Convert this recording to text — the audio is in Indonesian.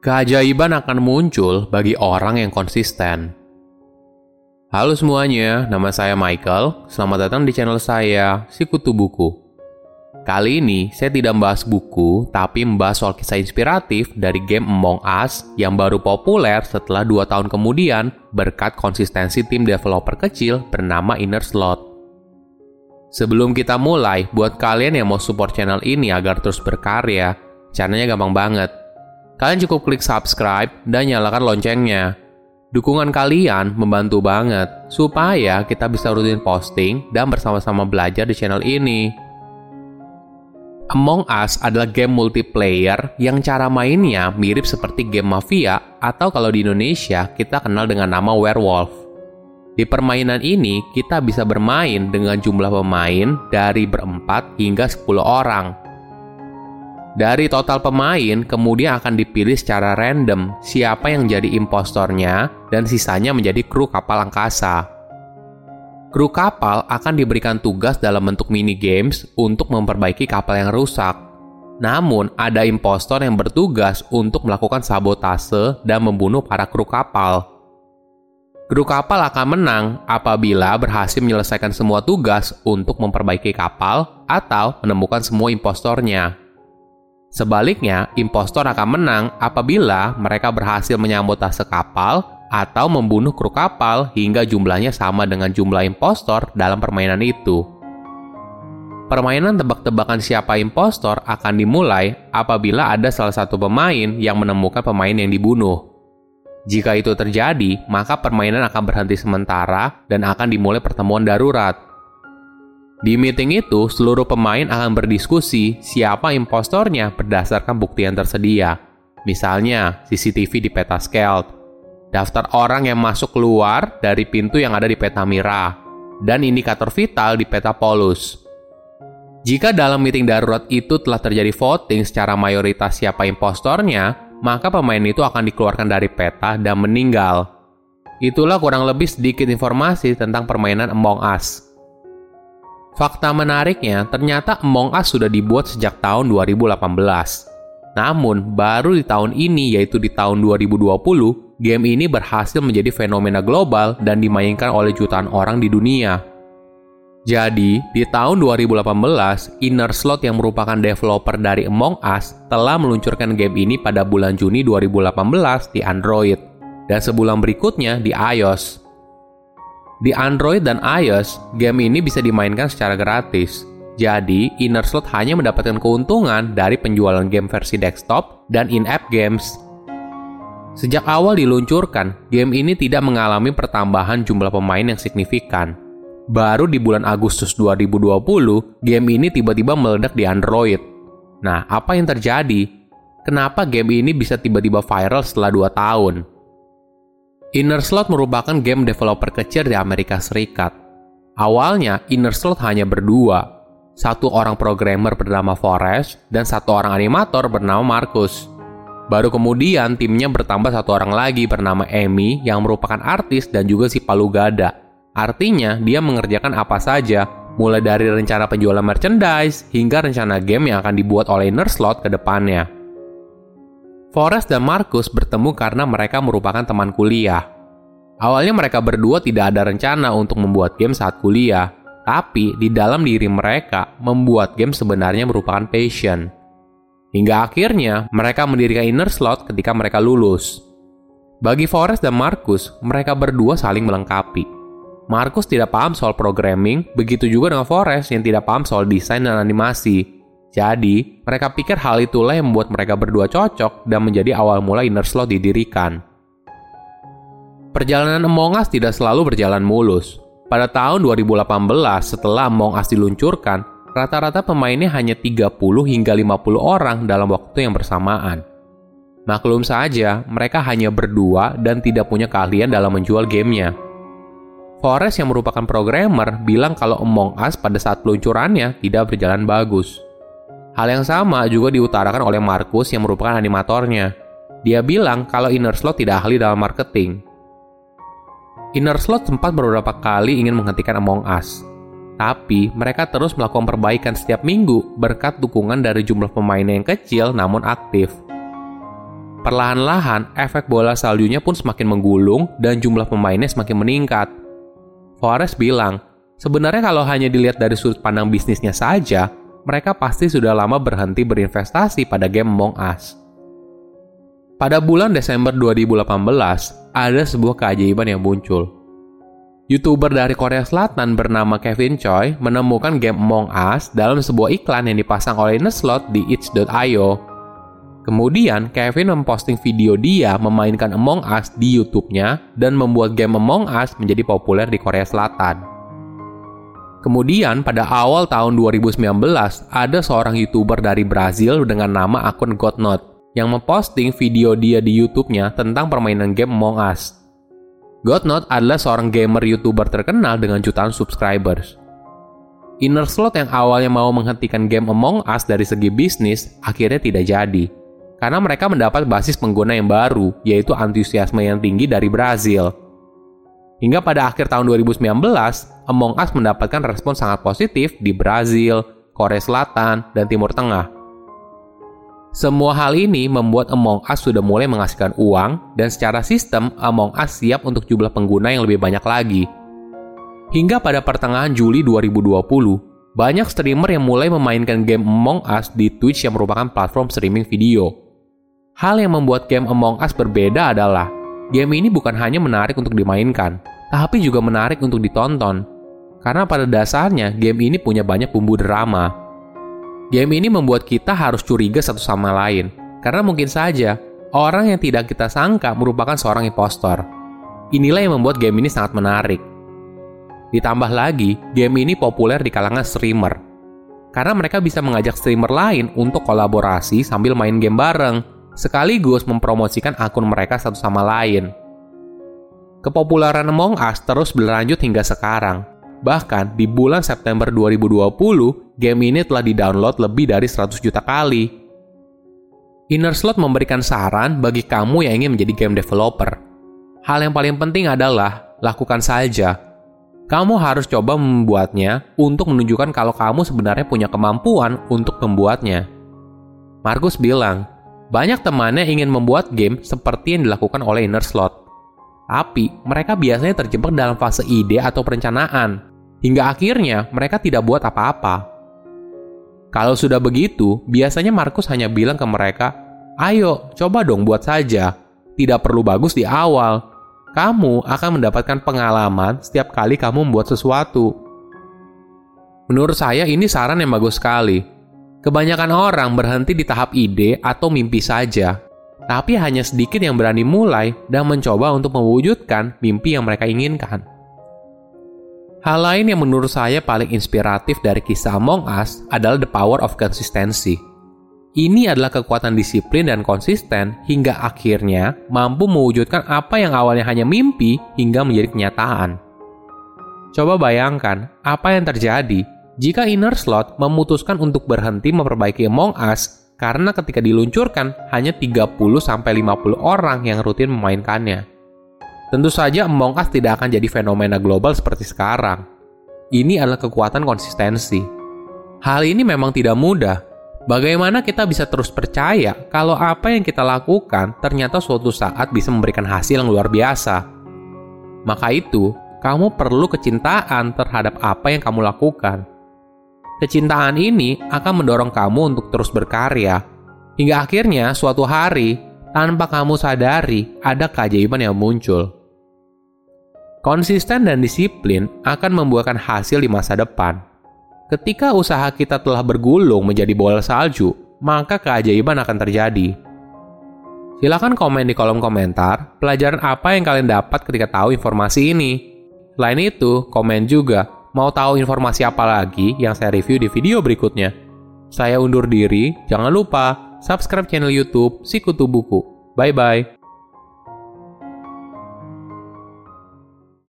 Keajaiban akan muncul bagi orang yang konsisten. Halo semuanya, nama saya Michael. Selamat datang di channel saya, Sikutu Buku. Kali ini saya tidak membahas buku, tapi membahas soal kisah inspiratif dari game Among Us yang baru populer setelah 2 tahun kemudian berkat konsistensi tim developer kecil bernama Inner Slot. Sebelum kita mulai, buat kalian yang mau support channel ini agar terus berkarya, caranya gampang banget. Kalian cukup klik subscribe dan nyalakan loncengnya. Dukungan kalian membantu banget supaya kita bisa rutin posting dan bersama-sama belajar di channel ini. Among Us adalah game multiplayer yang cara mainnya mirip seperti game Mafia atau kalau di Indonesia kita kenal dengan nama Werewolf. Di permainan ini kita bisa bermain dengan jumlah pemain dari 4 hingga 10 orang. Dari total pemain, kemudian akan dipilih secara random siapa yang jadi impostornya dan sisanya menjadi kru kapal angkasa. Kru kapal akan diberikan tugas dalam bentuk mini games untuk memperbaiki kapal yang rusak. Namun, ada impostor yang bertugas untuk melakukan sabotase dan membunuh para kru kapal. Kru kapal akan menang apabila berhasil menyelesaikan semua tugas untuk memperbaiki kapal atau menemukan semua impostornya. Sebaliknya, impostor akan menang apabila mereka berhasil menyabotase kapal atau membunuh kru kapal hingga jumlahnya sama dengan jumlah impostor dalam permainan itu. Permainan tebak-tebakan siapa impostor akan dimulai apabila ada salah satu pemain yang menemukan pemain yang dibunuh. Jika itu terjadi, maka permainan akan berhenti sementara dan akan dimulai pertemuan darurat. Di meeting itu, seluruh pemain akan berdiskusi siapa impostornya berdasarkan bukti yang tersedia. Misalnya, CCTV di peta Skeld, daftar orang yang masuk keluar dari pintu yang ada di peta Mira, dan indikator vital di peta Polus. Jika dalam meeting darurat itu telah terjadi voting secara mayoritas siapa impostornya, maka pemain itu akan dikeluarkan dari peta dan meninggal. Itulah kurang lebih sedikit informasi tentang permainan Among Us. Fakta menariknya, ternyata Among Us sudah dibuat sejak tahun 2018. Namun, baru di tahun ini, yaitu di tahun 2020, game ini berhasil menjadi fenomena global dan dimainkan oleh jutaan orang di dunia. Jadi, di tahun 2018, Inner Slot yang merupakan developer dari Among Us telah meluncurkan game ini pada bulan Juni 2018 di Android, dan sebulan berikutnya di iOS. Di Android dan iOS, game ini bisa dimainkan secara gratis. Jadi, Inner Slot hanya mendapatkan keuntungan dari penjualan game versi desktop dan in-app games. Sejak awal diluncurkan, game ini tidak mengalami pertambahan jumlah pemain yang signifikan. Baru di bulan Agustus 2020, game ini tiba-tiba meledak di Android. Nah, apa yang terjadi? Kenapa game ini bisa tiba-tiba viral setelah 2 tahun? Inner Slot merupakan game developer kecil di Amerika Serikat. Awalnya, Inner Slot hanya berdua. Satu orang programmer bernama Forrest dan satu orang animator bernama Marcus. Baru kemudian timnya bertambah 1 orang lagi bernama Amy yang merupakan artis dan juga si palu gada. Artinya, dia mengerjakan apa saja, mulai dari rencana penjualan merchandise hingga rencana game yang akan dibuat oleh Inner Slot ke depannya. Forrest dan Marcus bertemu karena mereka merupakan teman kuliah. Awalnya mereka berdua tidak ada rencana untuk membuat game saat kuliah, tapi di dalam diri mereka, membuat game sebenarnya merupakan passion. Hingga akhirnya, mereka mendirikan Inner Slot ketika mereka lulus. Bagi Forrest dan Marcus, mereka berdua saling melengkapi. Marcus tidak paham soal programming, begitu juga dengan Forrest yang tidak paham soal desain dan animasi. Jadi, mereka pikir hal itulah yang membuat mereka berdua cocok dan menjadi awal mula Inner Slot didirikan. Perjalanan Among Us tidak selalu berjalan mulus. Pada tahun 2018, setelah Among Us diluncurkan, rata-rata pemainnya hanya 30 hingga 50 orang dalam waktu yang bersamaan. Maklum saja, mereka hanya berdua dan tidak punya keahlian dalam menjual gamenya. Forrest yang merupakan programmer bilang kalau Among Us pada saat peluncurannya tidak berjalan bagus. Hal yang sama juga diutarakan oleh Marcus yang merupakan animatornya. Dia bilang kalau Inner Slot tidak ahli dalam marketing. Inner Slot sempat beberapa kali ingin menghentikan Among Us. Tapi mereka terus melakukan perbaikan setiap minggu berkat dukungan dari jumlah pemain yang kecil namun aktif. Perlahan-lahan, efek bola saljunya pun semakin menggulung dan jumlah pemainnya semakin meningkat. Forrest bilang, sebenarnya kalau hanya dilihat dari sudut pandang bisnisnya saja, mereka pasti sudah lama berhenti berinvestasi pada game Among Us. Pada bulan Desember 2018, ada sebuah keajaiban yang muncul. YouTuber dari Korea Selatan bernama Kevin Choi menemukan game Among Us dalam sebuah iklan yang dipasang oleh Nerdslot di itch.io. Kemudian, Kevin memposting video dia memainkan Among Us di YouTube-nya dan membuat game Among Us menjadi populer di Korea Selatan. Kemudian, pada awal tahun 2019, ada seorang YouTuber dari Brazil dengan nama akun Godnot yang memposting video dia di YouTube-nya tentang permainan game Among Us. Godnot adalah seorang gamer YouTuber terkenal dengan jutaan subscribers. Innerslot yang awalnya mau menghentikan game Among Us dari segi bisnis, akhirnya tidak jadi. Karena mereka mendapat basis pengguna yang baru, yaitu antusiasme yang tinggi dari Brazil. Hingga pada akhir tahun 2019, Among Us mendapatkan respon sangat positif di Brazil, Korea Selatan, dan Timur Tengah. Semua hal ini membuat Among Us sudah mulai menghasilkan uang, dan secara sistem, Among Us siap untuk jumlah pengguna yang lebih banyak lagi. Hingga pada pertengahan Juli 2020, banyak streamer yang mulai memainkan game Among Us di Twitch yang merupakan platform streaming video. Hal yang membuat game Among Us berbeda adalah, game ini bukan hanya menarik untuk dimainkan, tapi juga menarik untuk ditonton. Karena pada dasarnya, game ini punya banyak bumbu drama. Game ini membuat kita harus curiga satu sama lain, karena mungkin saja, orang yang tidak kita sangka merupakan seorang impostor. Inilah yang membuat game ini sangat menarik. Ditambah lagi, game ini populer di kalangan streamer. Karena mereka bisa mengajak streamer lain untuk kolaborasi sambil main game bareng, sekaligus mempromosikan akun mereka satu sama lain. Kepopuleran Among Us terus berlanjut hingga sekarang. Bahkan di bulan September 2020, game ini telah di-download lebih dari 100 juta kali. Innerslot memberikan saran bagi kamu yang ingin menjadi game developer. Hal yang paling penting adalah, lakukan saja. Kamu harus coba membuatnya untuk menunjukkan kalau kamu sebenarnya punya kemampuan untuk membuatnya. Markus bilang, banyak temannya ingin membuat game seperti yang dilakukan oleh Innerslot. Tapi, mereka biasanya terjebak dalam fase ide atau perencanaan. Hingga akhirnya, mereka tidak buat apa-apa. Kalau sudah begitu, biasanya Markus hanya bilang ke mereka, ayo, coba dong buat saja. Tidak perlu bagus di awal. Kamu akan mendapatkan pengalaman setiap kali kamu membuat sesuatu. Menurut saya, ini saran yang bagus sekali. Kebanyakan orang berhenti di tahap ide atau mimpi saja, tapi hanya sedikit yang berani mulai dan mencoba untuk mewujudkan mimpi yang mereka inginkan. Hal lain yang menurut saya paling inspiratif dari kisah Among Us adalah the power of consistency. Ini adalah kekuatan disiplin dan konsisten hingga akhirnya mampu mewujudkan apa yang awalnya hanya mimpi hingga menjadi kenyataan. Coba bayangkan apa yang terjadi jika Innerslot memutuskan untuk berhenti memperbaiki Among Us karena ketika diluncurkan hanya 30-50 orang yang rutin memainkannya. Tentu saja Among Us tidak akan jadi fenomena global seperti sekarang. Ini adalah kekuatan konsistensi. Hal ini memang tidak mudah. Bagaimana kita bisa terus percaya kalau apa yang kita lakukan ternyata suatu saat bisa memberikan hasil yang luar biasa? Maka itu, kamu perlu kecintaan terhadap apa yang kamu lakukan. Kecintaan ini akan mendorong kamu untuk terus berkarya. Hingga akhirnya suatu hari, tanpa kamu sadari, ada keajaiban yang muncul. Konsisten dan disiplin akan membuahkan hasil di masa depan. Ketika usaha kita telah bergulung menjadi bola salju, maka keajaiban akan terjadi. Silakan komen di kolom komentar pelajaran apa yang kalian dapat ketika tahu informasi ini. Selain itu, komen juga mau tahu informasi apa lagi yang saya review di video berikutnya. Saya undur diri, jangan lupa subscribe channel YouTube Sikutu Buku. Bye-bye.